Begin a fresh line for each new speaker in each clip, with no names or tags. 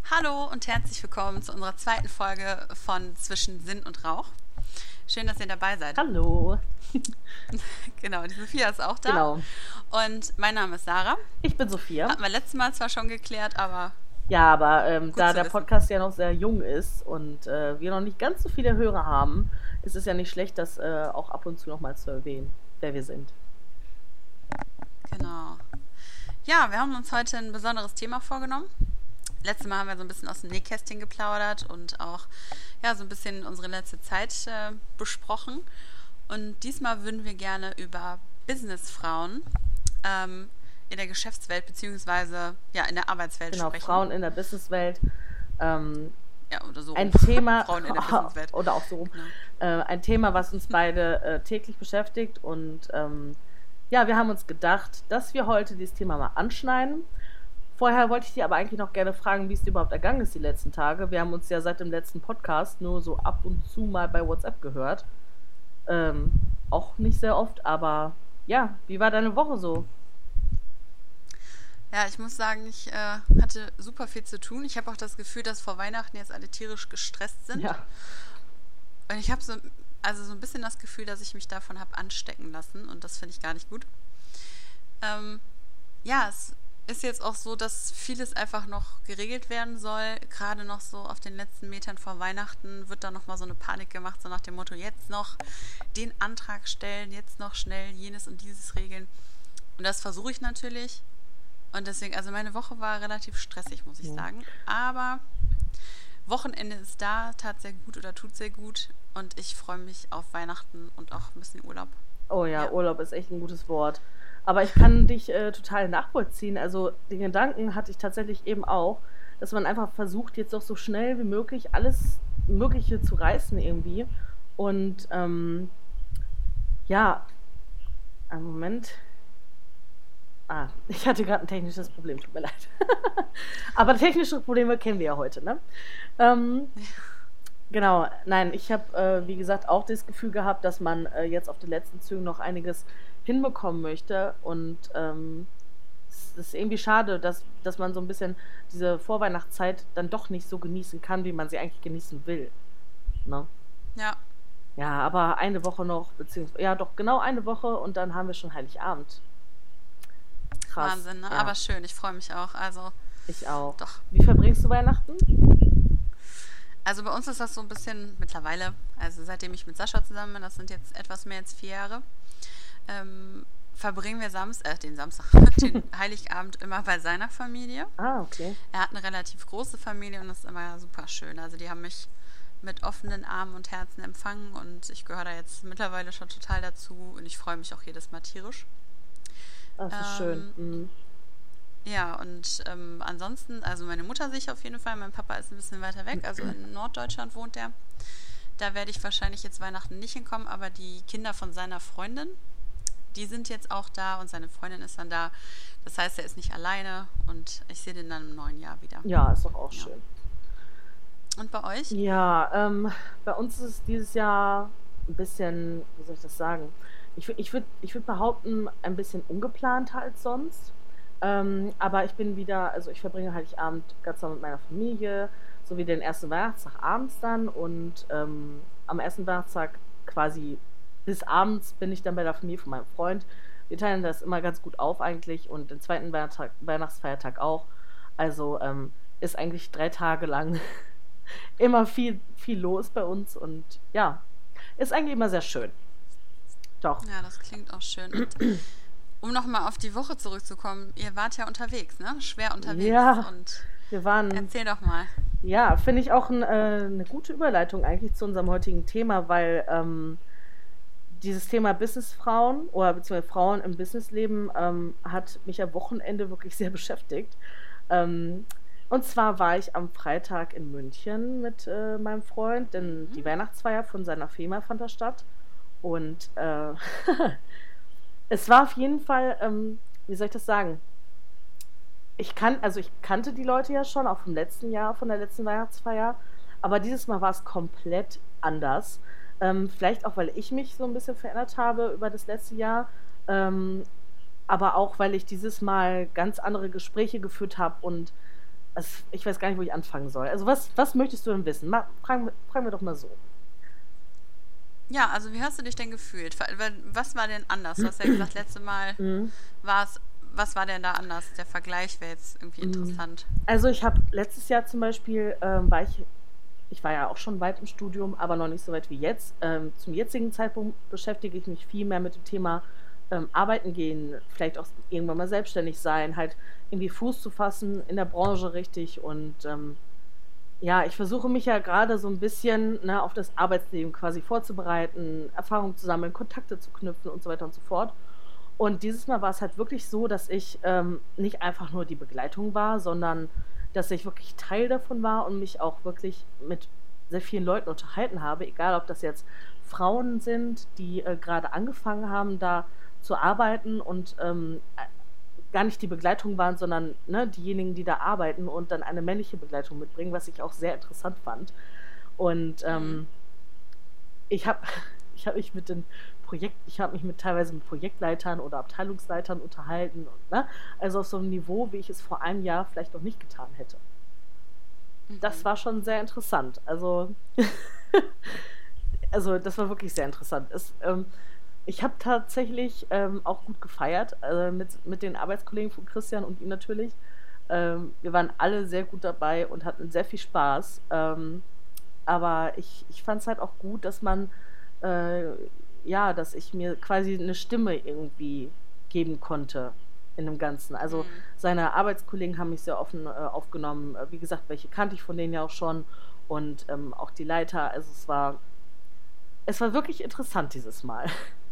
Hallo und herzlich willkommen zu unserer zweiten Folge von Zwischen Sinn und Rauch. Schön, dass ihr dabei seid.
Hallo.
Genau, die Sophia ist auch da.
Genau.
Und mein Name ist Sarah.
Ich bin Sophia.
Hatten wir letztes Mal zwar schon geklärt, aber
Ja, aber
gut
da
zu
der
wissen.
Podcast ja noch sehr jung ist und wir noch nicht ganz so viele Hörer haben, ist es ja nicht schlecht, das auch ab und zu noch mal zu erwähnen, wer wir sind.
Genau. Ja, wir haben uns heute ein besonderes Thema vorgenommen. Letztes Mal haben wir so ein bisschen aus dem Nähkästchen geplaudert und auch so ein bisschen unsere letzte Zeit besprochen. Und diesmal würden wir gerne über Businessfrauen in der Geschäftswelt bzw. in der Arbeitswelt
Genau,
sprechen.
Frauen in der Businesswelt.
Oder so.
Ein Thema,
Frauen in der Businesswelt.
oder auch so rum,
Genau.
ein Thema, was uns beide täglich beschäftigt. Und wir haben uns gedacht, dass wir heute dieses Thema mal anschneiden. Vorher wollte ich dir aber eigentlich noch gerne fragen, wie es dir überhaupt ergangen ist die letzten Tage. Wir haben uns ja seit dem letzten Podcast nur so ab und zu mal bei WhatsApp gehört. Auch nicht sehr oft, aber ja, wie war deine Woche so?
Ja, ich muss sagen, ich hatte super viel zu tun. Ich habe auch das Gefühl, dass vor Weihnachten jetzt alle tierisch gestresst sind.
Ja,
Und ich habe so ein bisschen das Gefühl, dass ich mich davon habe anstecken lassen. Und das finde ich gar nicht gut. Es ist jetzt auch so, dass vieles einfach noch geregelt werden soll. Gerade noch so auf den letzten Metern vor Weihnachten wird da nochmal so eine Panik gemacht, so nach dem Motto, jetzt noch den Antrag stellen, jetzt noch schnell jenes und dieses regeln. Und das versuche ich natürlich. Und deswegen, also meine Woche war relativ stressig, muss ich sagen. Aber Wochenende ist da, tat sehr gut oder tut sehr gut. Und ich freue mich auf Weihnachten und auch ein bisschen Urlaub.
oh ja,
Ja.
Urlaub ist echt ein gutes Wort. Aber ich kann dich total nachvollziehen. Also den Gedanken hatte ich tatsächlich eben auch, dass man einfach versucht, jetzt doch so schnell wie möglich alles Mögliche zu reißen irgendwie. Und einen Moment. Ich hatte gerade ein technisches Problem, tut mir leid. Aber technische Probleme kennen wir ja heute, ne? Ähm, genau, nein, ich habe, wie gesagt, auch das Gefühl gehabt, dass man jetzt auf den letzten Zügen noch einiges hinbekommen möchte. Und es ist irgendwie schade, dass man so ein bisschen diese Vorweihnachtszeit dann doch nicht so genießen kann, wie man sie eigentlich genießen will. Ne?
Ja,
Ja, aber eine Woche noch, beziehungsweise, ja doch, genau eine Woche und dann haben wir schon Heiligabend. Krass.
Wahnsinn, ne?
Ja,
Aber schön, ich freue mich auch. Also,
ich auch.
doch.
Wie verbringst du Weihnachten?
Also bei uns ist das so ein bisschen mittlerweile, also seitdem ich mit Sascha zusammen bin, das sind jetzt etwas mehr als 4 Jahre, verbringen wir den Samstag, den Heiligabend immer bei seiner Familie.
Okay.
Er hat eine relativ große Familie und das ist immer super schön. Also die haben mich mit offenen Armen und Herzen empfangen und ich gehöre da jetzt mittlerweile schon total dazu und ich freue mich auch jedes Mal tierisch.
Das ist schön.
Ähm, Ja, und ansonsten, also meine Mutter sehe ich auf jeden Fall, mein Papa ist ein bisschen weiter weg, also in Norddeutschland wohnt er. Da werde ich wahrscheinlich jetzt Weihnachten nicht hinkommen, aber die Kinder von seiner Freundin, die sind jetzt auch da und seine Freundin ist dann da. Das heißt, er ist nicht alleine und ich sehe den dann im neuen Jahr wieder.
Ja, ist doch auch
Ja.
schön.
Und bei euch?
Ja, bei uns ist es dieses Jahr ein bisschen, wie soll ich das sagen? Ich würd behaupten, ein bisschen ungeplanter als sonst. Aber ich bin wieder, also ich verbringe Heiligabend ganz normal mit meiner Familie, sowie den ersten Weihnachtstag abends dann und am ersten Weihnachtstag quasi bis abends bin ich dann bei der Familie von meinem Freund. Wir teilen das immer ganz gut auf eigentlich und den zweiten Weihnachtsfeiertag auch. Also ist eigentlich 3 Tage lang immer viel, viel los bei uns und ja, ist eigentlich immer sehr schön. Doch.
Ja, das klingt auch schön. Und um nochmal auf die Woche zurückzukommen, ihr wart ja unterwegs, ne? Schwer unterwegs.
Ja,
Und
wir waren,
erzähl doch mal.
ja, finde ich auch eine gute Überleitung eigentlich zu unserem heutigen Thema, weil dieses Thema Businessfrauen oder beziehungsweise Frauen im Businessleben hat mich am Wochenende wirklich sehr beschäftigt. Ähm, und zwar war ich am Freitag in München mit meinem Freund, denn die Weihnachtsfeier von seiner Firma fand da statt. Und es war auf jeden Fall, wie soll ich das sagen? Ich kannte die Leute ja schon, auch vom letzten Jahr, von der letzten Weihnachtsfeier, aber dieses Mal war es komplett anders. Vielleicht auch, weil ich mich so ein bisschen verändert habe über das letzte Jahr, ähm, aber auch, weil ich dieses Mal ganz andere Gespräche geführt habe und ich weiß gar nicht, wo ich anfangen soll. Also was möchtest du denn wissen? Fragen wir doch mal so.
Ja, also wie hast du dich denn gefühlt? Was war denn anders? Du hast ja gesagt, letztes Mal
Mhm.
war es, was war denn da anders? Der Vergleich wäre jetzt irgendwie interessant.
Also ich habe letztes Jahr zum Beispiel, ich war ja auch schon weit im Studium, aber noch nicht so weit wie jetzt. Zum jetzigen Zeitpunkt beschäftige ich mich viel mehr mit dem Thema arbeiten gehen, vielleicht auch irgendwann mal selbstständig sein, halt irgendwie Fuß zu fassen in der Branche richtig. Und ja, ich versuche mich ja gerade so ein bisschen, ne, auf das Arbeitsleben quasi vorzubereiten, Erfahrungen zu sammeln, Kontakte zu knüpfen und so weiter und so fort. Und dieses Mal war es halt wirklich so, dass ich nicht einfach nur die Begleitung war, sondern dass ich wirklich Teil davon war und mich auch wirklich mit sehr vielen Leuten unterhalten habe, egal ob das jetzt Frauen sind, die gerade angefangen haben, da zu arbeiten und gar nicht die Begleitung waren, sondern ne, diejenigen, die da arbeiten und dann eine männliche Begleitung mitbringen, was ich auch sehr interessant fand. Und
Mhm.
ich habe ich habe mich mit teilweise mit Projektleitern oder Abteilungsleitern unterhalten und, ne? Also auf so einem Niveau, wie ich es vor einem Jahr vielleicht noch nicht getan hätte. Das
Mhm.
war schon sehr interessant. Also das war wirklich sehr interessant. Ich habe tatsächlich auch gut gefeiert mit den Arbeitskollegen von Christian und ihm natürlich. Wir waren alle sehr gut dabei und hatten sehr viel Spaß. Aber ich fand es halt auch gut, dass äh, ja, dass ich mir quasi eine Stimme irgendwie geben konnte in dem Ganzen. Also
Mhm.
seine Arbeitskollegen haben mich sehr offen aufgenommen. Wie gesagt, welche kannte ich von denen ja auch schon und auch die Leiter. Also es war wirklich interessant dieses Mal.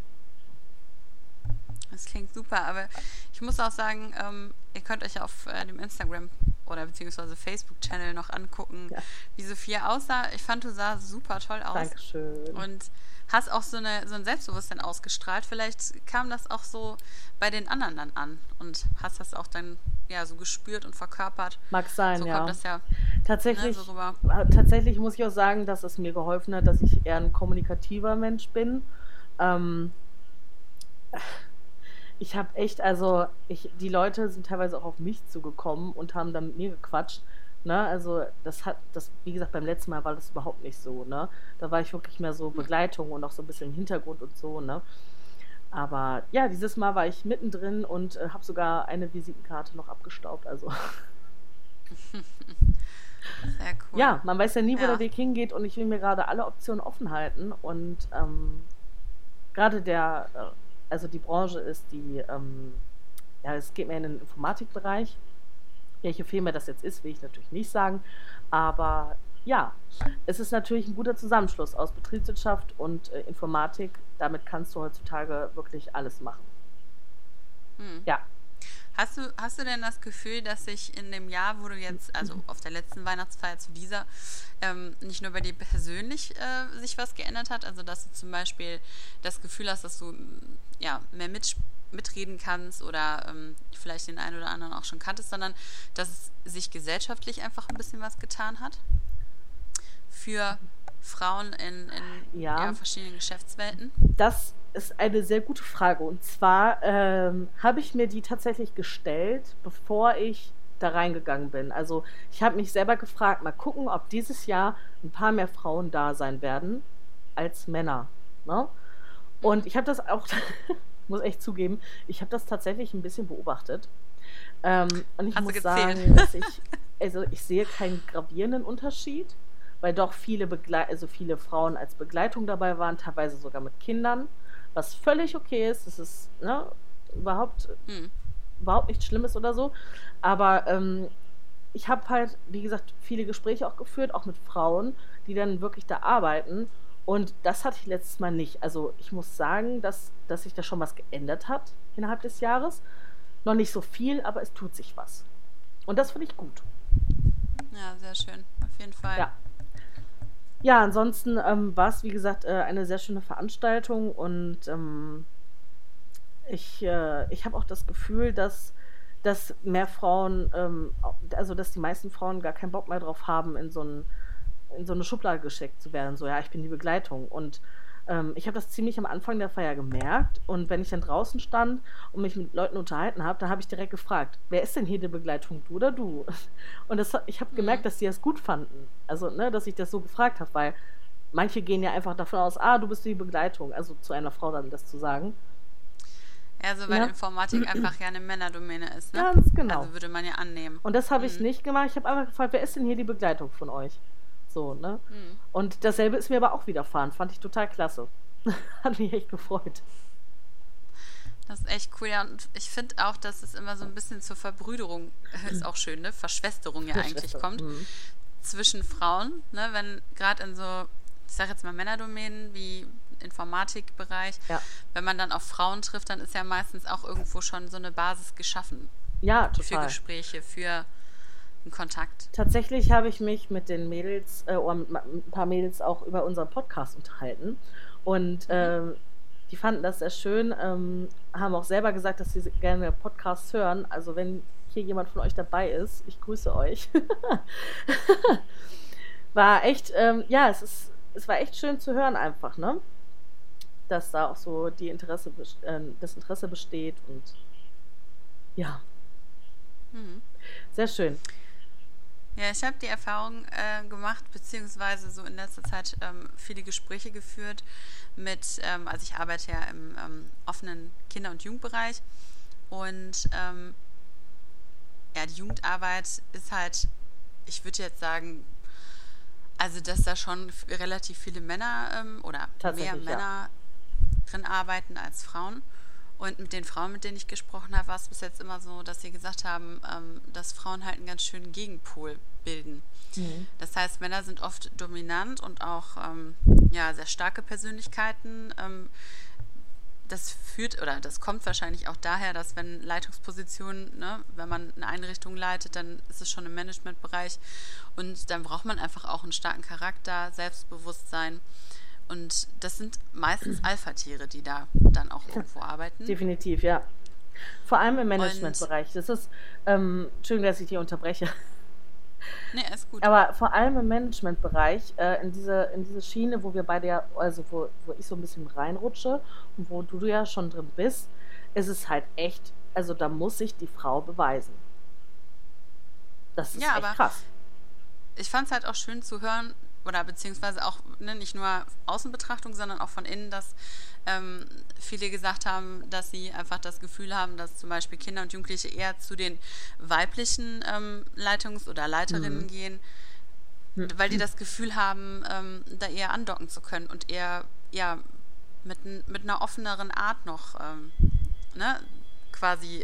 Das klingt super, aber ich muss auch sagen, ihr könnt euch auf dem Instagram oder beziehungsweise Facebook-Channel noch angucken,
Ja,
wie Sophia aussah. Ich fand, du sah super toll aus
Dankeschön.
und hast auch so ein Selbstbewusstsein ausgestrahlt. Vielleicht kam das auch so bei den anderen dann an und hast das auch dann ja so gespürt und verkörpert.
Mag sein,
So kommt
ja.
das ja so
Tatsächlich,
rüber.
tatsächlich muss ich auch sagen, dass es mir geholfen hat, dass ich eher ein kommunikativer Mensch bin. Ähm, Ich habe echt, die Leute sind teilweise auch auf mich zugekommen und haben dann mit mir gequatscht. Ne? Also wie gesagt, beim letzten Mal war das überhaupt nicht so, ne? Da war ich wirklich mehr so Begleitung und auch so ein bisschen im Hintergrund und so, ne? Aber ja, dieses Mal war ich mittendrin und habe sogar eine Visitenkarte noch abgestaubt. Also
Sehr cool.
ja, man weiß ja nie, wo der
Ja.
Weg hingeht und ich will mir gerade alle Optionen offen halten und gerade also die Branche ist ja, es geht mehr in den Informatikbereich. Welche Firma das jetzt ist, will ich natürlich nicht sagen. Aber ja, es ist natürlich ein guter Zusammenschluss aus Betriebswirtschaft und Informatik. Damit kannst du heutzutage wirklich alles machen.
Hm.
Ja.
Hast du denn das Gefühl, dass sich in dem Jahr, wo du jetzt, also auf der letzten Weihnachtsfeier zu dieser, nicht nur bei dir persönlich sich was geändert hat, also dass du zum Beispiel das Gefühl hast, dass du ja mehr mitreden kannst oder vielleicht den einen oder anderen auch schon kanntest, sondern dass es sich gesellschaftlich einfach ein bisschen was getan hat für Frauen in ja,
Ja,
verschiedenen Geschäftswelten?
das ist eine sehr gute Frage. Und zwar habe ich mir die tatsächlich gestellt, bevor ich da reingegangen bin. Also ich habe mich selber gefragt, mal gucken, ob dieses Jahr ein paar mehr Frauen da sein werden als Männer. Ne? Und
Mhm.
ich habe das auch, muss echt zugeben, ich habe das tatsächlich ein bisschen beobachtet. Und ich
Hast du
muss
gezählt?
sagen, also ich sehe keinen gravierenden Unterschied, weil doch also viele Frauen als Begleitung dabei waren, teilweise sogar mit Kindern, was völlig okay ist. Das ist ne, überhaupt,
Hm.
überhaupt nichts Schlimmes oder so. Aber ich habe halt, wie gesagt, viele Gespräche auch geführt, auch mit Frauen, die dann wirklich da arbeiten. Und das hatte ich letztes Mal nicht. Also ich muss sagen, dass sich da schon was geändert hat innerhalb des Jahres. Noch nicht so viel, aber es tut sich was. Und das finde ich gut.
Ja, sehr schön. Auf jeden Fall.
Ja. Ja, ansonsten war es, wie gesagt, eine sehr schöne Veranstaltung und ich habe auch das Gefühl, dass mehr Frauen, also dass die meisten Frauen gar keinen Bock mehr drauf haben, in so eine Schublade gesteckt zu werden. So, ja, ich bin die Begleitung. Und Ich habe das ziemlich am Anfang der Feier gemerkt und wenn ich dann draußen stand und mich mit Leuten unterhalten habe, da habe ich direkt gefragt, wer ist denn hier die Begleitung, du oder du? Und ich habe gemerkt, dass die das gut fanden. Also, ne, dass ich das so gefragt habe, weil manche gehen ja einfach davon aus, du bist die Begleitung, also zu einer Frau dann das zu sagen.
Ja, also weil Informatik einfach ja eine Männerdomäne ist, ne?
Ganz genau.
Also würde man ja annehmen.
Und das habe ich nicht gemacht. Ich habe einfach gefragt, wer ist denn hier die Begleitung von euch? So, ne? Und dasselbe ist mir aber auch widerfahren. Fand ich total klasse. Hat mich echt gefreut.
Das ist echt cool, ja. Und ich finde auch, dass es immer so ein bisschen zur Verbrüderung, ist auch schön, ne? Verschwesterung ja eigentlich kommt. Zwischen Frauen, ne? Wenn gerade in so, ich sag jetzt mal Männerdomänen wie Informatikbereich, wenn man dann auf Frauen trifft, dann ist ja meistens auch irgendwo schon so eine Basis geschaffen.
Ja, total.
Für Gespräche, für einen Kontakt.
Tatsächlich habe ich mich mit den Mädels, oder mit ein paar Mädels auch über unseren Podcast unterhalten. Und die fanden das sehr schön, haben auch selber gesagt, dass sie gerne Podcasts hören. Also wenn hier jemand von euch dabei ist, ich grüße euch. War echt, es war echt schön zu hören einfach, ne? Dass da auch so das Interesse besteht und ja. Sehr schön.
Ja, ich habe die Erfahrung gemacht, beziehungsweise so in letzter Zeit viele Gespräche geführt mit, also ich arbeite ja im offenen Kinder- und Jugendbereich und die Jugendarbeit ist halt, ich würde jetzt sagen, also dass da schon relativ viele Männer oder mehr Männer drin arbeiten als Frauen. Und mit den Frauen, mit denen ich gesprochen habe, war es bis jetzt immer so, dass sie gesagt haben, dass Frauen halt einen ganz schönen Gegenpol bilden. Das heißt, Männer sind oft dominant und auch sehr starke Persönlichkeiten. Das kommt wahrscheinlich auch daher, dass wenn Leitungspositionen, ne, wenn man eine Einrichtung leitet, dann ist es schon im Managementbereich und dann braucht man einfach auch einen starken Charakter, Selbstbewusstsein. Und das sind meistens Alpha-Tiere, die da dann auch irgendwo arbeiten.
Definitiv, ja. Vor allem im Managementbereich. Das ist, Entschuldigung, dass ich hier unterbreche.
Nee, ist gut.
Aber vor allem im Managementbereich, in diese Schiene, wo wir beide ja, also wo ich so ein bisschen reinrutsche und wo du ja schon drin bist, ist es halt echt, also da muss sich die Frau beweisen. Das ist echt krass.
Ich fand es halt auch schön zu hören, oder beziehungsweise auch nicht nur Außenbetrachtung, sondern auch von innen, dass viele gesagt haben, dass sie einfach das Gefühl haben, dass zum Beispiel Kinder und Jugendliche eher zu den weiblichen Leitungs- oder Leiterinnen gehen, weil die das Gefühl haben, da eher andocken zu können und eher mit einer offeneren Art noch quasi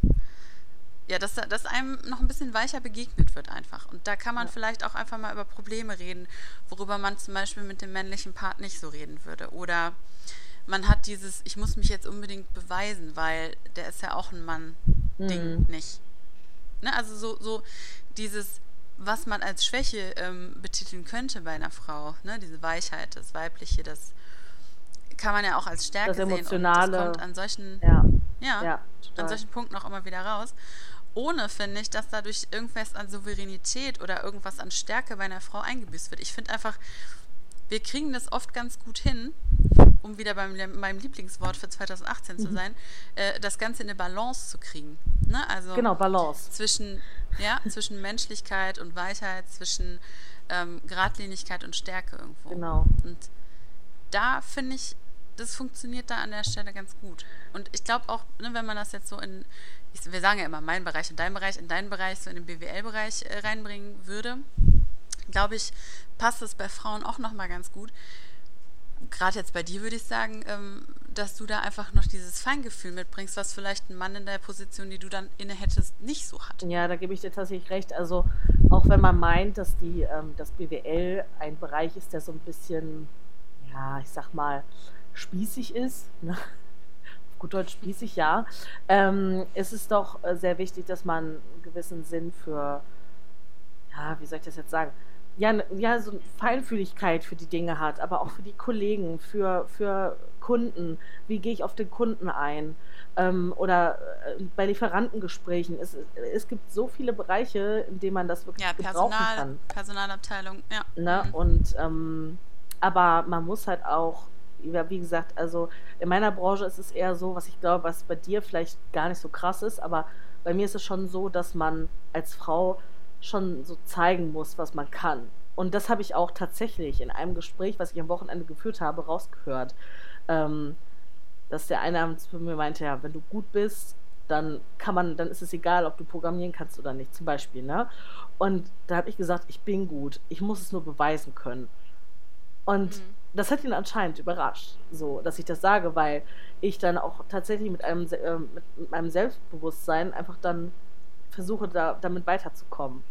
dass einem noch ein bisschen weicher begegnet wird einfach. Und da kann man vielleicht auch einfach mal über Probleme reden, worüber man zum Beispiel mit dem männlichen Part nicht so reden würde. Oder man hat dieses, ich muss mich jetzt unbedingt beweisen, weil der ist ja auch ein Mann-Ding nicht. Ne? Also so dieses, was man als Schwäche betiteln könnte bei einer Frau, ne? Diese Weichheit, das Weibliche, das kann man ja auch als Stärke
das Emotionale,
sehen. Und das kommt an solchen, an solchen Punkten auch immer wieder raus. Ohne, finde ich, dass dadurch irgendwas an Souveränität oder irgendwas an Stärke bei einer Frau eingebüßt wird. Ich finde einfach, wir kriegen das oft ganz gut hin, um wieder meinem Lieblingswort für 2018 zu sein, das Ganze in eine Balance zu kriegen. Ne? Also
genau, Balance.
Zwischen Menschlichkeit und Weichheit, zwischen Geradlinigkeit und Stärke irgendwo.
Genau.
Und da finde ich, das funktioniert da an der Stelle ganz gut. Und ich glaube auch, ne, wenn man das jetzt so wir sagen ja immer mein Bereich und dein Bereich, in deinen Bereich, so in den BWL-Bereich reinbringen würde, glaube ich, passt es bei Frauen auch nochmal ganz gut. Gerade jetzt bei dir würde ich sagen, dass du da einfach noch dieses Feingefühl mitbringst, was vielleicht ein Mann in der Position, die du dann inne hättest, nicht so hat.
Ja, da gebe ich dir tatsächlich recht. Also auch wenn man meint, dass das BWL ein Bereich ist, der so ein bisschen, ja, ich sag mal, spießig ist, ne? Gut Deutsch spießig, ja, ist es doch sehr wichtig, dass man einen gewissen Sinn für, wie soll ich das jetzt sagen, so eine Feinfühligkeit für die Dinge hat, aber auch für die Kollegen, für Kunden, wie gehe ich auf den Kunden ein, oder bei Lieferantengesprächen, es gibt so viele Bereiche, in denen man das wirklich gebrauchen kann.
Personalabteilung, ja.
Ne? Und aber man muss halt auch ja, wie gesagt, also in meiner Branche ist es eher so, was ich glaube, was bei dir vielleicht gar nicht so krass ist, aber bei mir ist es schon so, dass man als Frau schon so zeigen muss, was man kann. Und das habe ich auch tatsächlich in einem Gespräch, was ich am Wochenende geführt habe, rausgehört. Ähm, Dass der eine zu mir meinte, ja, wenn du gut bist, dann ist es egal, ob du programmieren kannst oder nicht, zum Beispiel, ne? Und da habe ich gesagt, ich bin gut, ich muss es nur beweisen können. Und
Mhm.
das hat ihn anscheinend überrascht, so, dass ich das sage, weil ich dann auch tatsächlich mit meinem Selbstbewusstsein einfach dann versuche, damit weiterzukommen.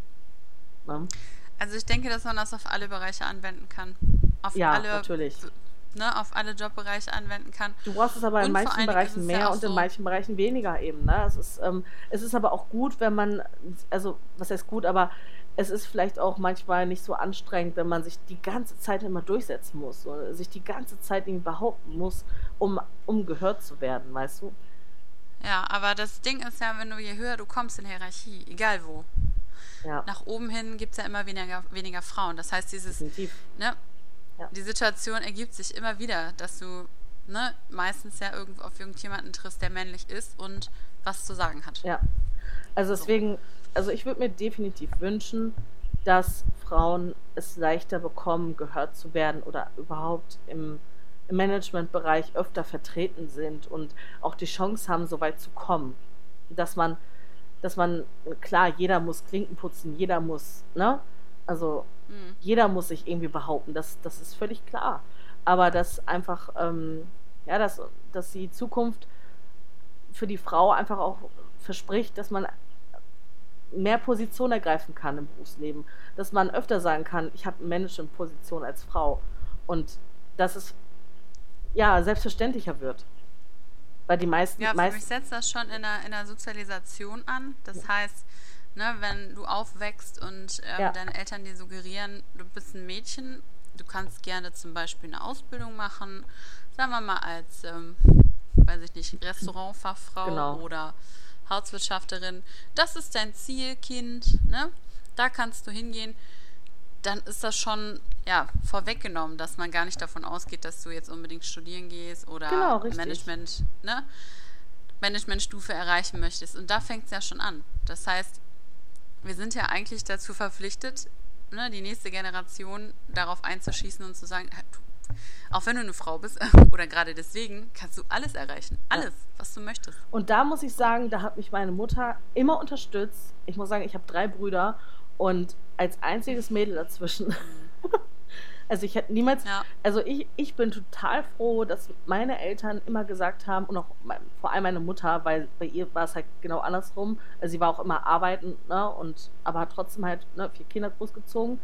Ne?
Also ich denke, dass man das auf alle Bereiche anwenden kann. Auf
Ja,
alle,
natürlich.
ne, auf alle Jobbereiche anwenden kann.
Du brauchst es aber in
Und vor
manchen
allen Dingen ist
Bereichen
es ja
mehr
auch
und in
so,
manchen Bereichen weniger eben. Ne? Es ist aber auch gut, wenn man, also was heißt gut, aber es ist vielleicht auch manchmal nicht so anstrengend, wenn man sich die ganze Zeit immer durchsetzen muss oder sich die ganze Zeit irgendwie behaupten muss, um gehört zu werden, weißt du?
ja, aber das Ding ist ja, wenn du je höher du kommst in der Hierarchie, egal wo,
Ja,
nach oben hin gibt es ja immer weniger Frauen. Das heißt,
definitiv.
ne,
Ja,
die Situation ergibt sich immer wieder, dass du, ne, meistens ja irgendwo auf irgendjemanden triffst, der männlich ist und was zu sagen hat.
ja. Also
So.
deswegen, also ich würde mir definitiv wünschen, dass Frauen es leichter bekommen, gehört zu werden oder überhaupt im Managementbereich öfter vertreten sind und auch die Chance haben, so weit zu kommen. Dass man, dass man, klar, jeder muss Klinken putzen, jeder muss, ne? Also
Mhm.
jeder muss sich irgendwie behaupten, das ist völlig klar. Aber dass einfach, ja, dass die Zukunft für die Frau einfach auch verspricht, dass man mehr Position ergreifen kann im Berufsleben, dass man öfter sagen kann, ich habe eine Management-Position als Frau und dass es ja selbstverständlicher wird, weil die
Ja, für mich
meisten,
setzt das schon in der Sozialisation an. Das heißt, ne, wenn du aufwächst und
ja,
deine Eltern dir suggerieren, du bist ein Mädchen, du kannst gerne zum Beispiel eine Ausbildung machen, sagen wir mal als, weiß ich nicht, Restaurantfachfrau
genau,
oder Hauswirtschafterin. Das ist dein Ziel, Kind, ne? Da kannst du hingehen. Dann ist das schon ja, vorweggenommen, dass man gar nicht davon ausgeht, dass du jetzt unbedingt studieren gehst oder
genau, richtig,
Management, ne? Managementstufe erreichen möchtest. Und da fängt es ja schon an. Das heißt, wir sind ja eigentlich dazu verpflichtet, ne, die nächste Generation darauf einzuschießen und zu sagen, auch wenn du eine Frau bist oder gerade deswegen, kannst du alles erreichen.
ja.
Alles, was du möchtest.
Und da muss ich sagen, da hat mich meine Mutter immer unterstützt. Ich muss sagen, ich habe 3 Brüder und als einziges Mädel dazwischen.
Mhm.
Also ich hätte niemals,
Ja.
also ich bin total froh, dass meine Eltern immer gesagt haben und auch vor allem meine Mutter, weil bei ihr war es halt genau andersrum. Also sie war auch immer arbeiten, ne, und aber hat trotzdem halt, ne, 4 Kinder großgezogen.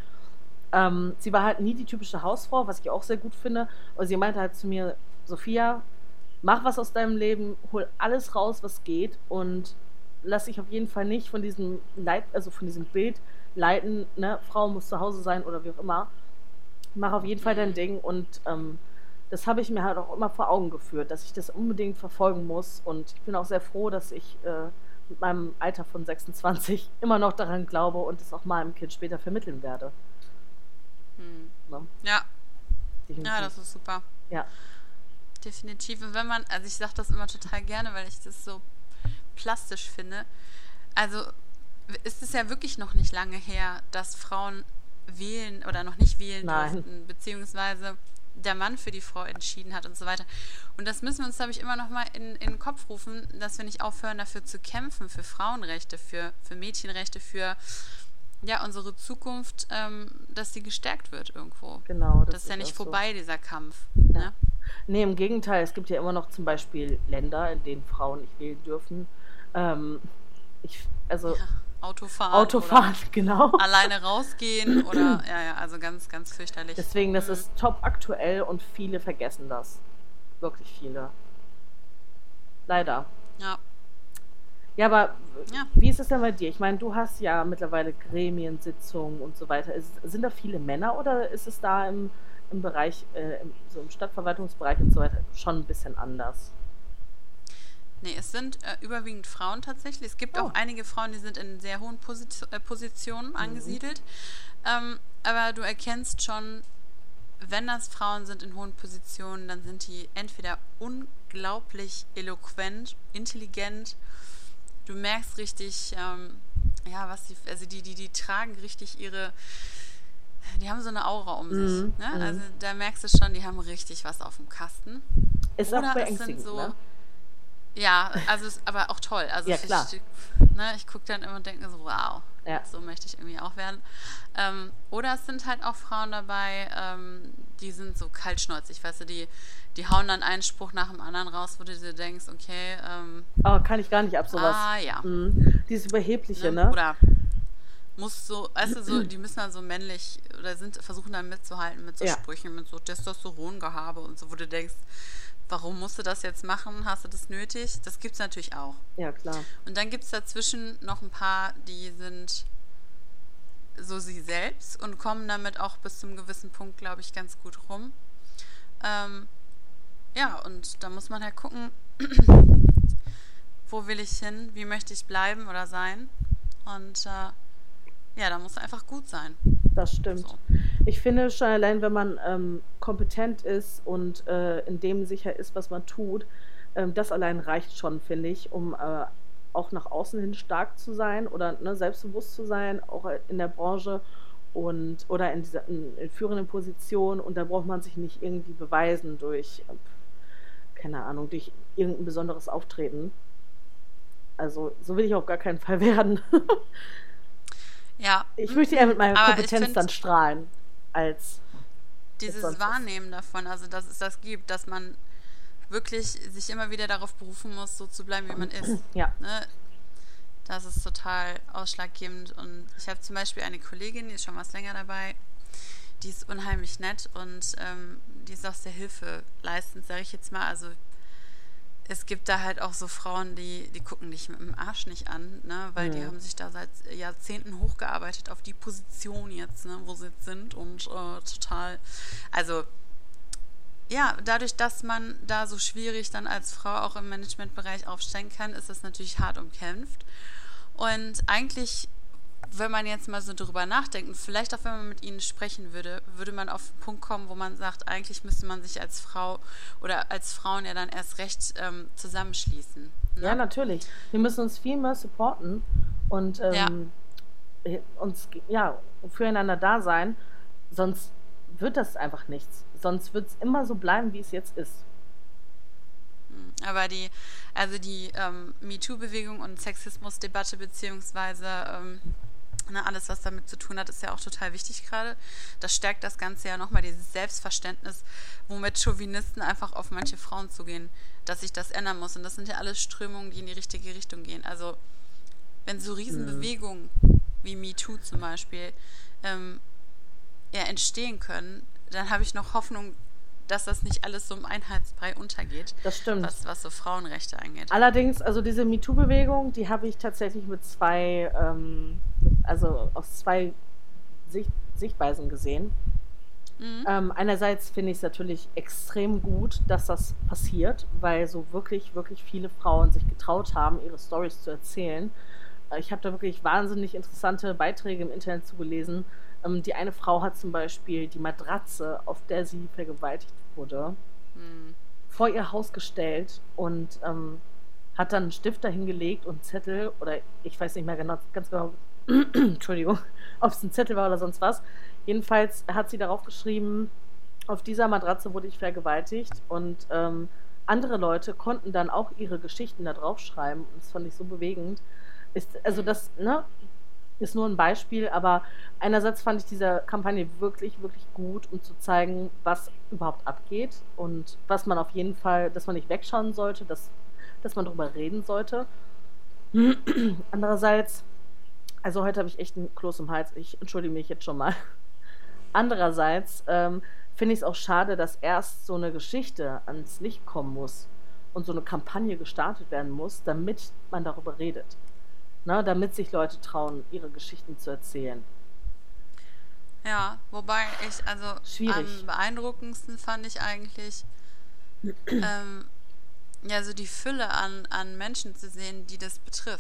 Sie war halt nie die typische Hausfrau, was ich auch sehr gut finde. Aber sie meinte halt zu mir, Sophia, mach was aus deinem Leben, hol alles raus, was geht und lass dich auf jeden Fall nicht von diesem also von diesem Bild leiten, ne, Frau muss zu Hause sein oder wie auch immer. Mach auf jeden Fall dein
Mhm.
Ding und das habe ich mir halt auch immer vor Augen geführt, dass ich das unbedingt verfolgen muss und ich bin auch sehr froh, dass ich mit meinem Alter von 26 immer noch daran glaube und es auch meinem Kind später vermitteln werde.
Mhm.
Ne?
Ja. Ja,
Definitiv.
das ist super.
Ja,
Definitiv. Und wenn man, also ich sage das immer total gerne, weil ich das so plastisch finde. Also ist es ja wirklich noch nicht lange her, dass Frauen wählen oder noch nicht wählen
nein,
durften, beziehungsweise der Mann für die Frau entschieden hat und so weiter. Und das müssen wir uns, glaube ich, immer noch mal in den Kopf rufen, dass wir nicht aufhören, dafür zu kämpfen, für Frauenrechte, für Mädchenrechte, für ja, unsere Zukunft, dass sie gestärkt wird irgendwo.
genau,
Das
das
ist ja
ist
nicht
auch so.
vorbei, dieser Kampf.
Ja.
Ne?
Nee, im Gegenteil, es gibt ja immer noch zum Beispiel Länder, in denen Frauen nicht wählen dürfen. Ähm, also
Ja, Autofahren oder
Autofahren, genau.
alleine rausgehen oder ja, also ganz, ganz fürchterlich.
Deswegen, das
Mhm.
ist top aktuell und viele vergessen das. Wirklich viele. Leider.
Ja,
Ja, aber
ja.
wie ist es denn bei dir? Ich meine, du hast ja mittlerweile Gremiensitzungen und so weiter. Sind da viele Männer oder ist es da im Bereich, so im Stadtverwaltungsbereich und so weiter schon ein bisschen anders?
Nee, es sind überwiegend Frauen tatsächlich. Es gibt auch
Oh.
einige Frauen, die sind in sehr hohen Positionen
Mhm.
angesiedelt. Aber du erkennst schon wenn das Frauen sind in hohen Positionen, dann sind die entweder unglaublich eloquent, intelligent. Du merkst richtig, was die tragen richtig die haben so eine Aura um sich. Ne? Also da merkst du schon, die haben richtig was auf dem Kasten.
Ist
Oder
auch beängstigend,
es sind so,
ne?
ja, also ist aber auch toll. Also
ja, klar.
Ich gucke dann immer und denke so, wow, so möchte ich irgendwie auch werden. Oder es sind halt auch Frauen dabei, die sind so kaltschnäuzig, weißt du, die hauen dann einen Spruch nach dem anderen raus, wo du dir denkst, okay,
kann ich gar nicht ab sowas.
Ja.
Dieses Überhebliche, ne?
Oder muss so, weißt du, so, die müssen dann so männlich oder versuchen dann mitzuhalten mit so Sprüchen, mit so Testosterongehabe und so, wo du denkst, warum musst du das jetzt machen? Hast du das nötig? Das gibt's natürlich auch.
Ja, klar.
Und dann gibt's dazwischen noch ein paar, die sind so sie selbst und kommen damit auch bis zum gewissen Punkt, glaube ich, ganz gut rum. Und da muss man halt gucken, wo will ich hin? Wie möchte ich bleiben oder sein? Und da muss einfach gut sein.
Das stimmt. So. Ich finde schon allein, wenn man kompetent ist und in dem sicher ist, was man tut, das allein reicht schon, finde ich, um auch nach außen hin stark zu sein oder selbstbewusst zu sein, auch in der Branche oder in führenden Positionen. Und da braucht man sich nicht irgendwie beweisen durch, keine Ahnung, durch irgendein besonderes Auftreten. Also so will ich auf gar keinen Fall werden.
Ja.
Ich möchte eher mit meiner Kompetenz dann strahlen, als
dieses Wahrnehmen davon, also dass es das gibt, dass man wirklich sich immer wieder darauf berufen muss, so zu bleiben, wie man ist.
Ja.
Ne? Das ist total ausschlaggebend. Und ich habe zum Beispiel eine Kollegin, die ist schon was länger dabei, die ist unheimlich nett und die ist auch sehr hilfeleistend, sage ich jetzt mal. Also es gibt da halt auch so Frauen, die gucken dich mit dem Arsch nicht an, ne? Weil die haben sich da seit Jahrzehnten hochgearbeitet auf die Position jetzt, ne? Wo sie jetzt sind und total, also ja, dadurch, dass man da so schwierig dann als Frau auch im Managementbereich aufsteigen kann, ist das natürlich hart umkämpft. Und eigentlich, wenn man jetzt mal so drüber nachdenkt und vielleicht auch wenn man mit ihnen sprechen würde, würde man auf den Punkt kommen, wo man sagt, eigentlich müsste man sich als Frau oder als Frauen ja dann erst recht zusammenschließen. Ne?
Ja, natürlich. Wir müssen uns viel mehr supporten und uns füreinander da sein, sonst wird das einfach nichts. Sonst wird es immer so bleiben, wie es jetzt ist.
Aber die MeToo-Bewegung und Sexismusdebatte beziehungsweise alles, was damit zu tun hat, ist ja auch total wichtig gerade. Das stärkt das Ganze ja nochmal, dieses Selbstverständnis, womit Chauvinisten einfach auf manche Frauen zugehen, dass sich das ändern muss. Und das sind ja alles Strömungen, die in die richtige Richtung gehen. Also wenn so Riesenbewegungen wie MeToo zum Beispiel entstehen können, dann habe ich noch Hoffnung, dass das nicht alles so im Einheitsbrei untergeht.
Das stimmt.
Was so Frauenrechte angeht.
Allerdings, also diese MeToo-Bewegung, die habe ich tatsächlich mit aus zwei Sichtweisen gesehen. Einerseits finde ich es natürlich extrem gut, dass das passiert, weil so wirklich, wirklich viele Frauen sich getraut haben, ihre Storys zu erzählen. Ich habe da wirklich wahnsinnig interessante Beiträge im Internet zugelesen. Die eine Frau hat zum Beispiel die Matratze, auf der sie vergewaltigt wurde, vor ihr Haus gestellt und hat dann einen Stift dahingelegt und einen Zettel, oder ich weiß nicht mehr ganz genau, Entschuldigung, ob es ein Zettel war oder sonst was. Jedenfalls hat sie darauf geschrieben, auf dieser Matratze wurde ich vergewaltigt und andere Leute konnten dann auch ihre Geschichten da drauf schreiben und das fand ich so bewegend. Ist nur ein Beispiel, aber einerseits fand ich diese Kampagne wirklich, wirklich gut, um zu zeigen, was überhaupt abgeht und was man auf jeden Fall, dass man nicht wegschauen sollte, dass man darüber reden sollte. Andererseits, also heute habe ich echt einen Kloß im Hals, ich entschuldige mich jetzt schon mal. Andererseits finde ich es auch schade, dass erst so eine Geschichte ans Licht kommen muss und so eine Kampagne gestartet werden muss, damit man darüber redet. Damit sich Leute trauen, ihre Geschichten zu erzählen.
Ja, wobei ich, am beeindruckendsten fand ich eigentlich, so die Fülle an Menschen zu sehen, die das betrifft.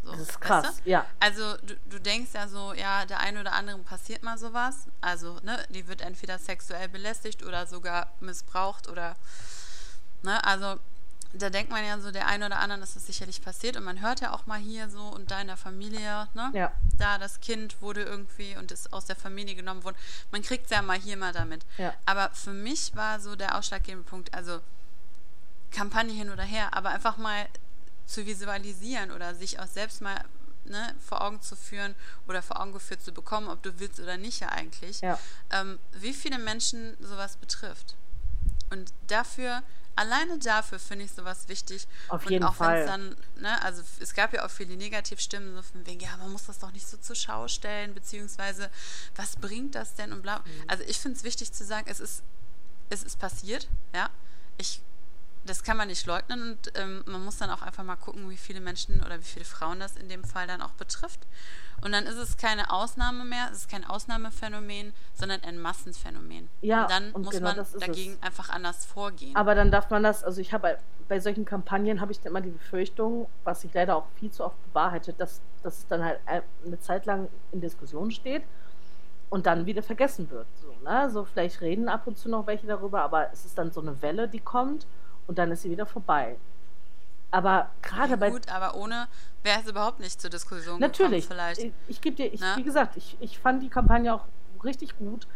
So,
Das ist
weißt
krass,
du?
ja.
Also du denkst ja so, ja, der einen oder anderen passiert mal sowas. Also, ne, die wird entweder sexuell belästigt oder sogar missbraucht oder, ne, also da denkt man ja so, der einen oder anderen ist es sicherlich passiert und man hört ja auch mal hier so und da in der Familie, ne,
Ja.
da das Kind wurde irgendwie und ist aus der Familie genommen worden. Man kriegt es ja mal hier, mal damit.
Ja.
Aber für mich war so der ausschlaggebende Punkt, also Kampagne hin oder her, aber einfach mal zu visualisieren oder sich auch selbst mal, ne, vor Augen zu führen oder vor Augen geführt zu bekommen, ob du willst oder nicht ja eigentlich,
Ja.
wie viele Menschen sowas betrifft. Und alleine dafür finde ich sowas wichtig.
Auf
Und
jeden
auch wenn es
Fall.
dann, ne, also es gab ja auch viele Negativstimmen, so von wegen, ja, man muss das doch nicht so zur Schau stellen, beziehungsweise, was bringt das denn und bla. Also ich finde es wichtig zu sagen, es ist passiert, ja. Das kann man nicht leugnen und man muss dann auch einfach mal gucken, wie viele Menschen oder wie viele Frauen das in dem Fall dann auch betrifft. Und dann ist es keine Ausnahme mehr, es ist kein Ausnahmephänomen, sondern ein Massenphänomen.
Ja,
Und dann
und
muss
genau
man
das ist
dagegen einfach anders vorgehen.
Aber dann darf man das, also ich habe bei solchen Kampagnen habe ich immer die Befürchtung, was sich leider auch viel zu oft bewahrheitet, dass es dann halt eine Zeit lang in Diskussion steht und dann wieder vergessen wird. So, ne? So vielleicht reden ab und zu noch welche darüber, aber es ist dann so eine Welle, die kommt und dann ist sie wieder vorbei. Aber gerade
Ja,
bei...
gut, aber ohne wäre es überhaupt nicht zur Diskussion
Natürlich.
gekommen vielleicht.
Ich gebe dir,
Ne?
wie gesagt, ich fand die Kampagne auch richtig gut.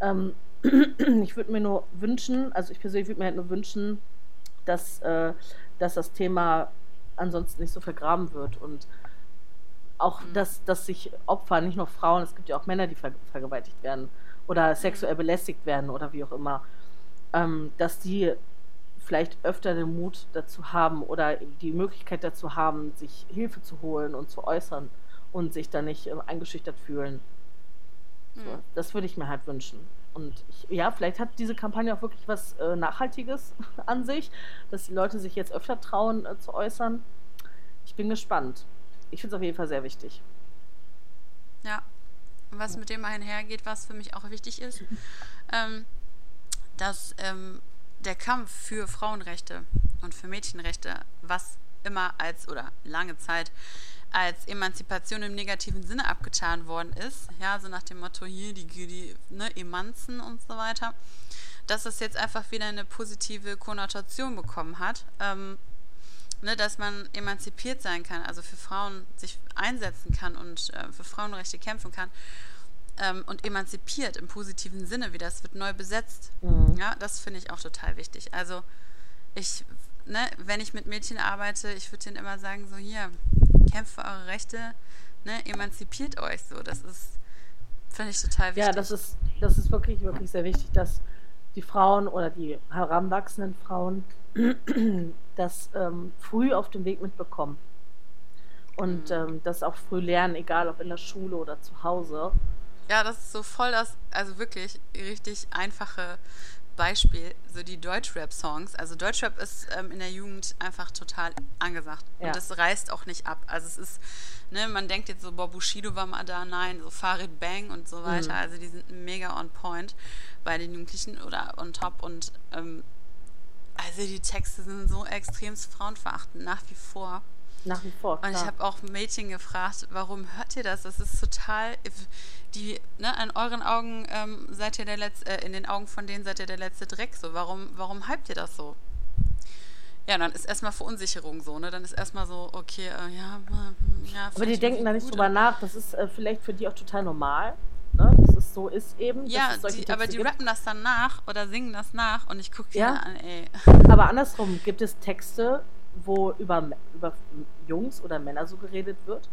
Ich würde mir nur wünschen, also ich persönlich würde mir halt nur wünschen, dass das Thema ansonsten nicht so vergraben wird und auch, dass sich Opfer, nicht nur Frauen, es gibt ja auch Männer, die vergewaltigt werden oder sexuell belästigt werden oder wie auch immer, dass die vielleicht öfter den Mut dazu haben oder die Möglichkeit dazu haben, sich Hilfe zu holen und zu äußern und sich da nicht eingeschüchtert fühlen. So, das würde ich mir halt wünschen. Und vielleicht hat diese Kampagne auch wirklich was Nachhaltiges an sich, dass die Leute sich jetzt öfter trauen zu äußern. Ich bin gespannt. Ich finde es auf jeden Fall sehr wichtig.
Ja. Und was mit dem einhergeht, was für mich auch wichtig ist, dass der Kampf für Frauenrechte und für Mädchenrechte, was immer oder lange Zeit als Emanzipation im negativen Sinne abgetan worden ist, ja, so nach dem Motto hier, die Emanzen und so weiter, dass es jetzt einfach wieder eine positive Konnotation bekommen hat, dass man emanzipiert sein kann, also für Frauen sich einsetzen kann und für Frauenrechte kämpfen kann. Und emanzipiert im positiven Sinne wieder. Es wird neu besetzt. Ja, das finde ich auch total wichtig. Also wenn ich mit Mädchen arbeite, ich würde denen immer sagen, so hier, kämpft für eure Rechte, emanzipiert euch so. Das finde ich total wichtig.
Ja, das ist wirklich, wirklich sehr wichtig, dass die Frauen oder die heranwachsenden Frauen das früh auf dem Weg mitbekommen. Und das auch früh lernen, egal ob in der Schule oder zu Hause.
Ja, das ist so voll also wirklich richtig einfache Beispiel, so die Deutschrap-Songs. Also Deutschrap ist in der Jugend einfach total angesagt.
Ja.
Und das reißt auch nicht ab. Also es ist, man denkt jetzt so, Bushido war mal da, nein, so Farid Bang und so weiter. Also die sind mega on point bei den Jugendlichen oder on top. Und also die Texte sind so extremst frauenverachtend, nach wie vor.
Nach wie vor, klar.
Und ich habe auch Mädchen gefragt, warum hört ihr das? Das ist total, in euren Augen seid ihr der letzte, in den Augen von denen seid ihr der letzte Dreck. So, warum hypt ihr das so? Ja, dann ist erstmal Verunsicherung so, ne? Dann ist erstmal so, okay, ja.
Aber die denken da nicht drüber nach. Das ist vielleicht für die auch total normal, ne? Dass es so ist eben.
Ja, aber die rappen das dann nach oder singen das nach und ich gucke die an, ey.
Aber andersrum, gibt es Texte, wo über Jungs oder Männer so geredet wird?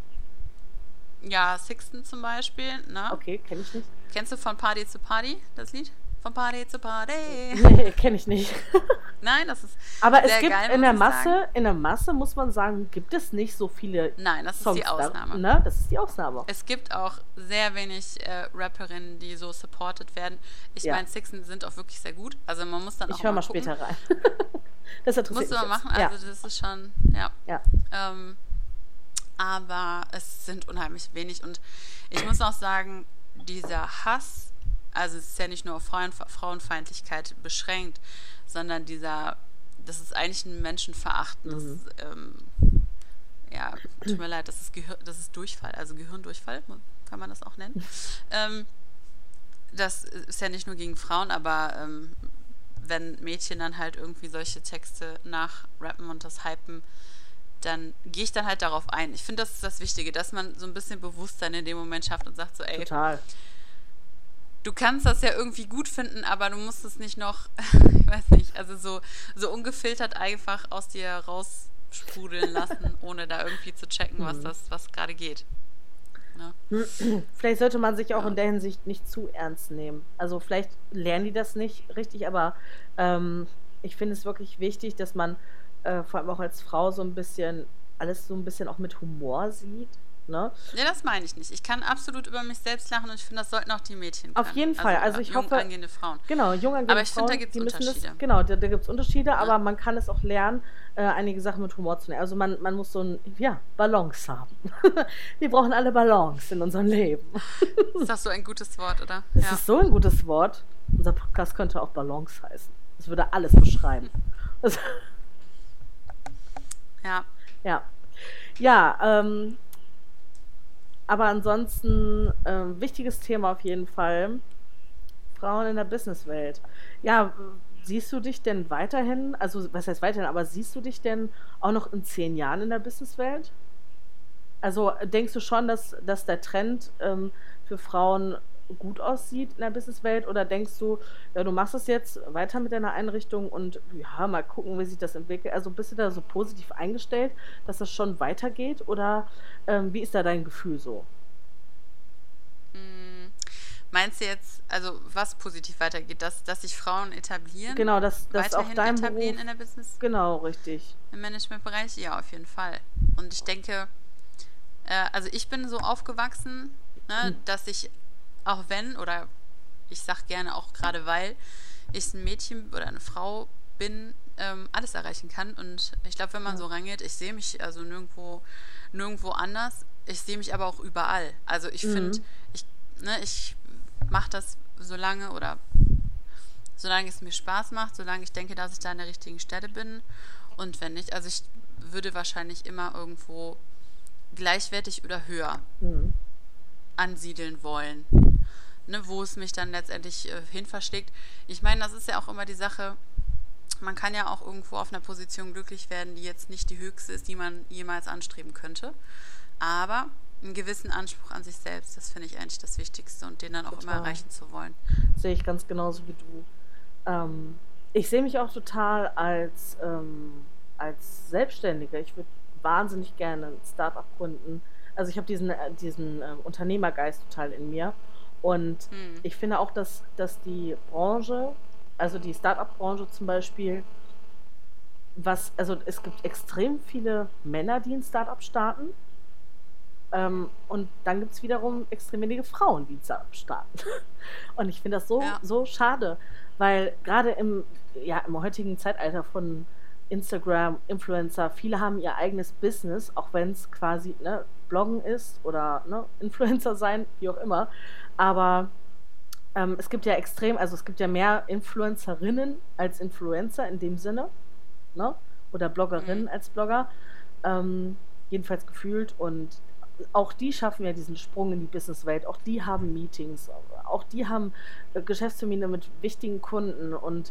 Ja, Sixten zum Beispiel, ne?
Okay, kenne ich nicht.
Kennst du von Party zu Party, das Lied? Von Party zu Party.
Nee, kenne ich nicht.
Nein, das ist
aber
sehr
es gibt
geil,
in der Masse, muss man sagen, gibt es nicht so viele
Nein, das
Songs
ist die Ausnahme.
Ne? Das ist die Ausnahme.
Es gibt auch sehr wenig Rapperinnen, die so supported werden. Ich meine, Sixten sind auch wirklich sehr gut. Also man muss dann auch
Ich höre mal
gucken.
Später rein. Das interessiert
Musst du
mich
mal machen,
jetzt.
also das ist schon, ja. Aber es sind unheimlich wenig und ich muss auch sagen, dieser Hass, also es ist ja nicht nur auf Frauenfeindlichkeit beschränkt, sondern das ist eigentlich ein menschenverachtendes ja, tut mir leid, das ist Durchfall, also Gehirndurchfall, kann man das auch nennen. Das ist ja nicht nur gegen Frauen, aber wenn Mädchen dann halt irgendwie solche Texte nachrappen und das hypen, dann gehe ich dann halt darauf ein. Ich finde, das ist das Wichtige, dass man so ein bisschen Bewusstsein in dem Moment schafft und sagt so, ey,
Total.
du kannst das ja irgendwie gut finden, aber du musst es nicht noch, ich weiß nicht, also so ungefiltert einfach aus dir raussprudeln lassen, ohne da irgendwie zu checken, was gerade geht. Ne?
Vielleicht sollte man sich auch in der Hinsicht nicht zu ernst nehmen. Also vielleicht lernen die das nicht richtig, aber ich finde es wirklich wichtig, dass man vor allem auch als Frau so ein bisschen alles so ein bisschen auch mit Humor sieht. Ne?
Ja, das meine ich nicht. Ich kann absolut über mich selbst lachen und ich finde, das sollten auch die Mädchen können.
Auf jeden Fall. Also ich hoffe,
angehende Frauen.
Genau, jung angehende
aber ich
Frauen,
finde, da gibt es Unterschiede.
Genau, da gibt es Unterschiede, aber man kann es auch lernen, einige Sachen mit Humor zu nehmen. Also man muss so ein, Balance haben. Wir brauchen alle Balance in unserem Leben.
Ist das so ein gutes Wort, oder?
Das ist so ein gutes Wort. Unser Podcast könnte auch Balance heißen. Das würde alles beschreiben.
Ja.
Ja, aber ansonsten wichtiges Thema auf jeden Fall. Frauen in der Businesswelt. Ja, siehst du dich denn weiterhin, also was heißt weiterhin, aber siehst du dich denn auch noch in 10 Jahren in der Businesswelt? Also denkst du schon, dass der Trend für Frauen gut aussieht in der Businesswelt, oder denkst du, ja, du machst es jetzt weiter mit deiner Einrichtung und ja, mal gucken, wie sich das entwickelt? Also bist du da so positiv eingestellt, dass das schon weitergeht, oder wie ist da dein Gefühl so?
Meinst du jetzt, also was positiv weitergeht, dass sich Frauen etablieren?
Genau, dass
weiterhin
auf deinem
etablieren
Beruf,
in der Business?
Genau, richtig.
Im Managementbereich? Ja, auf jeden Fall. Und ich denke, also ich bin so aufgewachsen, ne, dass ich, auch wenn, oder ich sag gerne auch gerade weil, ich ein Mädchen oder eine Frau bin, alles erreichen kann. Und ich glaube, wenn man so rangeht, ich sehe mich also nirgendwo anders. Ich sehe mich aber auch überall. Also ich finde, ich mache das solange es mir Spaß macht, solange ich denke, dass ich da an der richtigen Stelle bin. Und wenn nicht, also ich würde wahrscheinlich immer irgendwo gleichwertig oder höher ansiedeln wollen, ne, wo es mich dann letztendlich hin verschlägt. Ich meine, das ist ja auch immer die Sache, man kann ja auch irgendwo auf einer Position glücklich werden, die jetzt nicht die höchste ist, die man jemals anstreben könnte, aber einen gewissen Anspruch an sich selbst, das finde ich eigentlich das Wichtigste und den dann auch immer erreichen zu wollen.
Sehe ich ganz genauso wie du. Ich sehe mich auch total als Selbstständige. Ich würde wahnsinnig gerne ein Start-up gründen. Also ich habe diesen Unternehmergeist total in mir. Und ich finde auch, dass die Branche, also die Start-up-Branche zum Beispiel, also es gibt extrem viele Männer, die ein Start-up starten. Und dann gibt es wiederum extrem wenige Frauen, die ein Start-up starten. Und ich finde das so schade, weil gerade im heutigen Zeitalter von Instagram, Influencer, viele haben ihr eigenes Business, auch wenn es quasi Bloggen ist oder Influencer sein, wie auch immer. Aber es gibt ja es gibt ja mehr Influencerinnen als Influencer in dem Sinne, ne? Oder Bloggerinnen als Blogger, jedenfalls gefühlt. Und auch die schaffen ja diesen Sprung in die Businesswelt. Auch die haben Meetings, auch die haben Geschäftstermine mit wichtigen Kunden. Und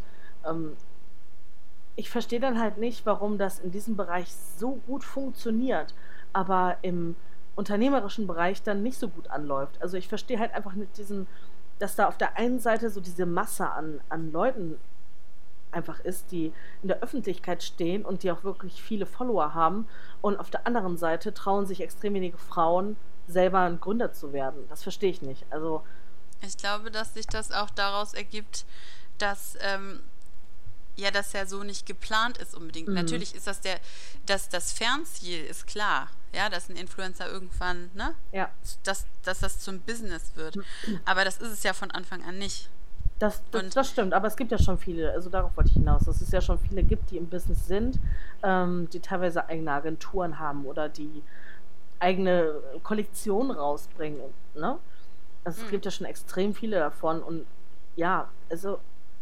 ich verstehe dann halt nicht, warum das in diesem Bereich so gut funktioniert, aber im unternehmerischen Bereich dann nicht so gut anläuft. Also ich verstehe halt einfach nicht dass da auf der einen Seite so diese Masse an Leuten einfach ist, die in der Öffentlichkeit stehen und die auch wirklich viele Follower haben, und auf der anderen Seite trauen sich extrem wenige Frauen, selber ein Gründer zu werden. Das verstehe ich nicht. Also
ich glaube, dass sich das auch daraus ergibt, dass das ja so nicht geplant ist unbedingt. Natürlich ist das Fernziel ist klar, ja, dass ein Influencer irgendwann, ne?
Ja.
Dass das zum Business wird. Aber das ist es ja von Anfang an nicht.
Das stimmt, aber es gibt ja schon viele, also darauf wollte ich hinaus, dass es ja schon viele gibt, die im Business sind, die teilweise eigene Agenturen haben oder die eigene Kollektion rausbringen, ne? Also es gibt ja schon extrem viele davon, und ja, also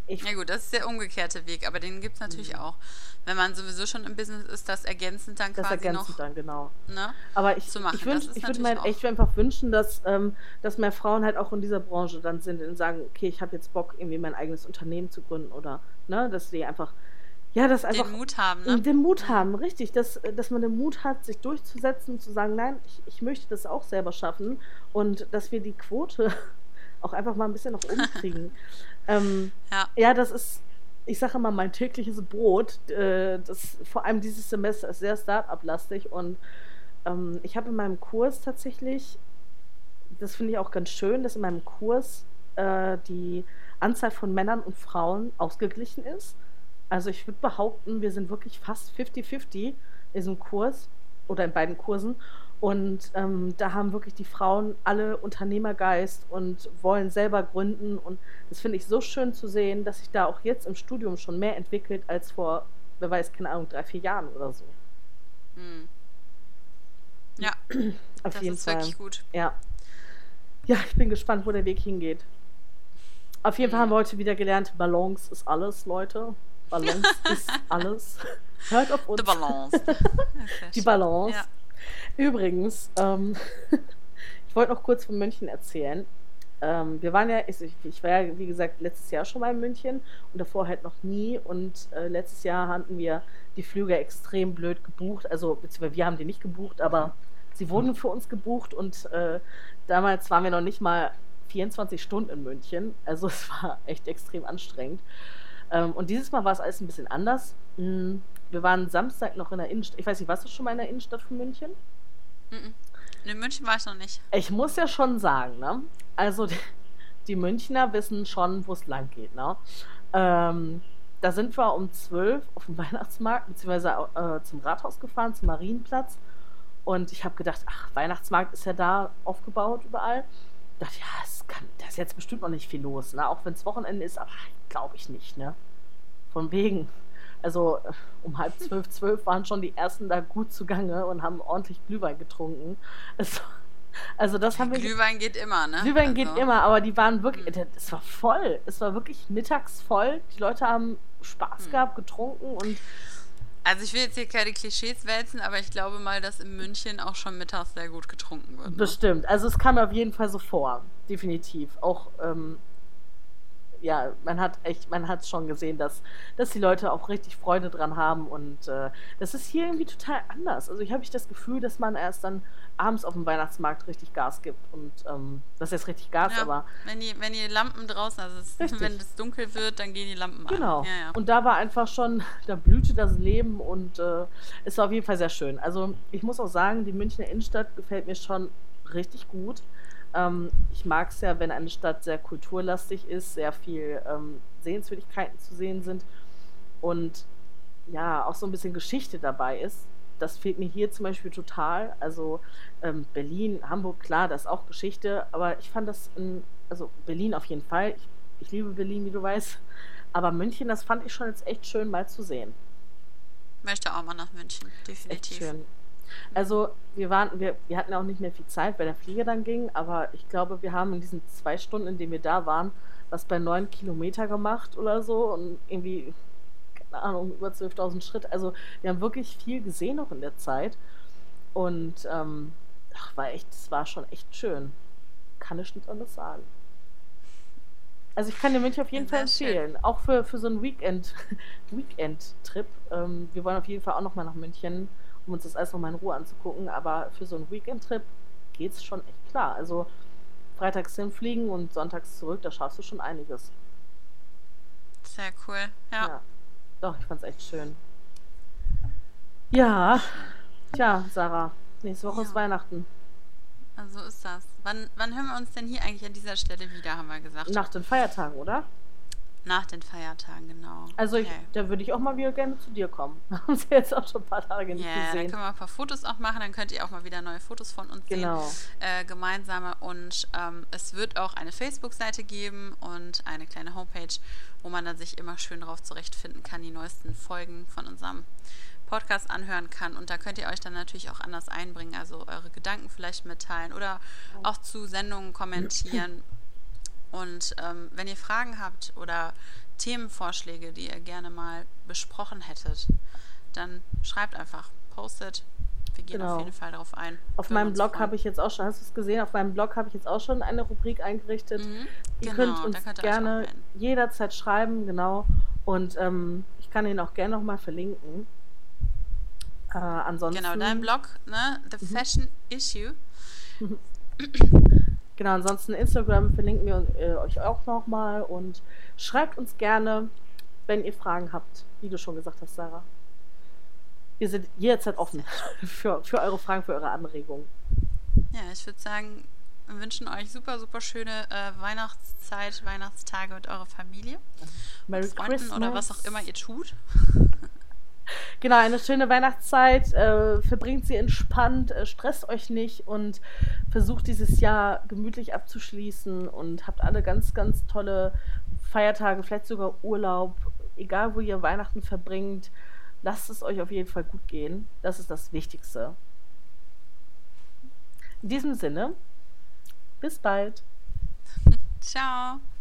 Ich,
Ja gut, das ist der umgekehrte Weg, aber den gibt es natürlich auch. Wenn man sowieso schon im Business ist, das ergänzend dann
das
quasi
ergänzt
noch,
dann, genau.
ne,
Aber
zu
ich
machen. Das
wünsch,
ist
ich würde mir
natürlich
halt
auch.
echt einfach wünschen, dass mehr Frauen halt auch in dieser Branche dann sind und sagen, okay, ich habe jetzt Bock, irgendwie mein eigenes Unternehmen zu gründen oder, ne, dass die einfach, ja, das
Den
einfach
Mut haben, ne?
den Mut
Mhm.
haben, richtig, dass man den Mut hat, sich durchzusetzen, zu sagen, nein, ich möchte das auch selber schaffen und dass wir die Quote auch einfach mal ein bisschen nach oben kriegen. Ähm,
Ja.
ja, das ist, ich sage immer, mein tägliches Brot. Das, vor allem dieses Semester ist sehr Start-up-lastig und ich habe in meinem Kurs tatsächlich, das finde ich auch ganz schön, dass in meinem Kurs die Anzahl von Männern und Frauen ausgeglichen ist. Also ich würde behaupten, wir sind wirklich fast 50-50 in diesem Kurs oder in beiden Kursen. Und da haben wirklich die Frauen alle Unternehmergeist und wollen selber gründen. Und das finde ich so schön zu sehen, dass sich da auch jetzt im Studium schon mehr entwickelt als vor, wer weiß, keine Ahnung, 3-4 Jahren oder so.
Mhm. Ja,
Auf
das
jeden
ist
Fall.
wirklich gut.
Ja. Ja, ich bin gespannt, wo der Weg hingeht. Auf jeden Fall haben wir
Mhm.
heute wieder gelernt, Balance ist alles, Leute. Balance ist alles. Hört auf
The
uns.
Balance. Sehr
Die
schön.
Balance.
Ja.
Übrigens, ich wollte noch kurz von München erzählen. Wir waren ja, ich war ja, wie gesagt, letztes Jahr schon mal in München und davor halt noch nie. Und letztes Jahr hatten wir die Flüge extrem blöd gebucht. Also, beziehungsweise wir haben die nicht gebucht, aber sie wurden für uns gebucht und damals waren wir noch nicht mal 24 Stunden in München. Also es war echt extrem anstrengend. Und dieses Mal war es alles ein bisschen anders. Wir waren Samstag noch in der Innenstadt. Ich weiß nicht, warst du schon mal in der Innenstadt von München?
Mhm. In München war ich noch nicht.
Ich muss ja schon sagen, ne? Also die Münchner wissen schon, wo es lang geht, ne? Ähm, Da sind wir um 12 auf dem Weihnachtsmarkt, beziehungsweise zum Rathaus gefahren, zum Marienplatz. Und ich habe gedacht, ach, Weihnachtsmarkt ist ja da aufgebaut überall. Ich dachte, ja, da ist jetzt bestimmt noch nicht viel los, ne? Auch wenn es Wochenende ist, aber glaube ich nicht, ne? Von wegen. Also um halb 12 waren schon die ersten da gut zugange und haben ordentlich Glühwein getrunken. Also, also das haben wir.
Glühwein geht immer, ne?
Glühwein geht
Also,
immer, aber die waren wirklich. Es war voll. Es war wirklich mittags voll. Die Leute haben Spaß gehabt, getrunken und
also ich will jetzt hier keine Klischees wälzen, aber ich glaube mal, dass in München auch schon mittags sehr gut getrunken wird, ne?
bestimmt. Also es kam mir auf jeden Fall so vor. Definitiv. Auch ja, man hat schon gesehen, dass die Leute auch richtig Freude dran haben und das ist hier irgendwie total anders. Also ich habe das Gefühl, dass man erst dann abends auf dem Weihnachtsmarkt richtig Gas gibt und das ist richtig Gas,
Ja,
aber
wenn die Lampen draußen, also
richtig.
wenn es dunkel wird, dann gehen die Lampen
Genau.
an. Ja, ja.
Und da war einfach schon, da blühte das Leben und es war auf jeden Fall sehr schön. Also ich muss auch sagen, die Münchner Innenstadt gefällt mir schon richtig gut. Ich mag es ja, wenn eine Stadt sehr kulturlastig ist, sehr viel Sehenswürdigkeiten zu sehen sind und ja, auch so ein bisschen Geschichte dabei ist. Das fehlt mir hier zum Beispiel total. Also Berlin, Hamburg, klar, das ist auch Geschichte, aber ich fand also Berlin auf jeden Fall. Ich liebe Berlin, wie du weißt. Aber München, das fand ich schon jetzt echt schön mal zu sehen.
Möchte auch mal nach München,
Echt
definitiv.
schön. Also wir hatten auch nicht mehr viel Zeit, weil der Flieger dann ging, aber ich glaube, wir haben in diesen 2 Stunden, in denen wir da waren, was bei 9 Kilometer gemacht oder so und irgendwie, keine Ahnung, über 12.000 Schritt. Also wir haben wirklich viel gesehen noch in der Zeit und ach, es war schon echt schön. Kann ich nicht anders sagen. Also ich kann dir München auf jeden Fall
Sehr schön.
empfehlen, auch für so einen Weekend-Trip. Wir wollen auf jeden Fall auch nochmal nach München, um uns das alles nochmal in Ruhe anzugucken, aber für so einen Weekend-Trip geht's schon echt klar. Also freitags hinfliegen und sonntags zurück, da schaffst du schon einiges.
Sehr cool. Ja,
Ja, doch, ich fand's echt schön. Ja, tja, Sarah, nächste Woche ist
ja.
Weihnachten.
Also so ist das. Wann hören wir uns denn hier eigentlich an dieser Stelle wieder, haben wir gesagt?
Nach den Feiertagen, oder?
Nach den Feiertagen, genau.
Also
Okay.
da würde ich auch mal wieder gerne zu dir kommen. Haben uns ja jetzt auch schon ein paar Tage nicht
Ja, dann
gesehen.
können wir ein paar Fotos auch machen, dann könnt ihr auch mal wieder neue Fotos von uns
Genau.
sehen, gemeinsame. Und es wird auch eine Facebook-Seite geben und eine kleine Homepage, wo man dann sich immer schön drauf zurechtfinden kann, die neuesten Folgen von unserem Podcast anhören kann. Und da könnt ihr euch dann natürlich auch anders einbringen, also eure Gedanken vielleicht mitteilen oder auch zu Sendungen kommentieren. Und wenn ihr Fragen habt oder Themenvorschläge, die ihr gerne mal besprochen hättet, dann schreibt einfach, postet. Wir gehen auf
Genau.
jeden Fall darauf ein.
Auf
Würden
meinem
uns
Blog
freuen.
habe ich jetzt auch schon, hast du es gesehen? Auf meinem Blog habe ich jetzt auch schon eine Rubrik eingerichtet. Ihr könnt
Genau, da
uns
könnt ihr euch auch
gerne
melden.
jederzeit schreiben, genau. Und ich kann ihn auch gerne nochmal verlinken. Ansonsten.
Genau, dein Blog, ne? The Fashion Issue.
Genau, ansonsten Instagram verlinken wir euch auch nochmal und schreibt uns gerne, wenn ihr Fragen habt, wie du schon gesagt hast, Sarah. Wir sind jederzeit offen für eure Fragen, für eure Anregungen.
Ja, ich würde sagen, wir wünschen euch super, super schöne Weihnachtszeit, Weihnachtstage mit eurer Familie.
Merry
und Freunden
Christmas.
oder was auch immer ihr tut.
Genau, eine schöne Weihnachtszeit. Verbringt sie entspannt, stresst euch nicht und versucht dieses Jahr gemütlich abzuschließen und habt alle ganz, ganz tolle Feiertage, vielleicht sogar Urlaub. Egal, wo ihr Weihnachten verbringt, lasst es euch auf jeden Fall gut gehen. Das ist das Wichtigste. In diesem Sinne, bis bald.
Ciao.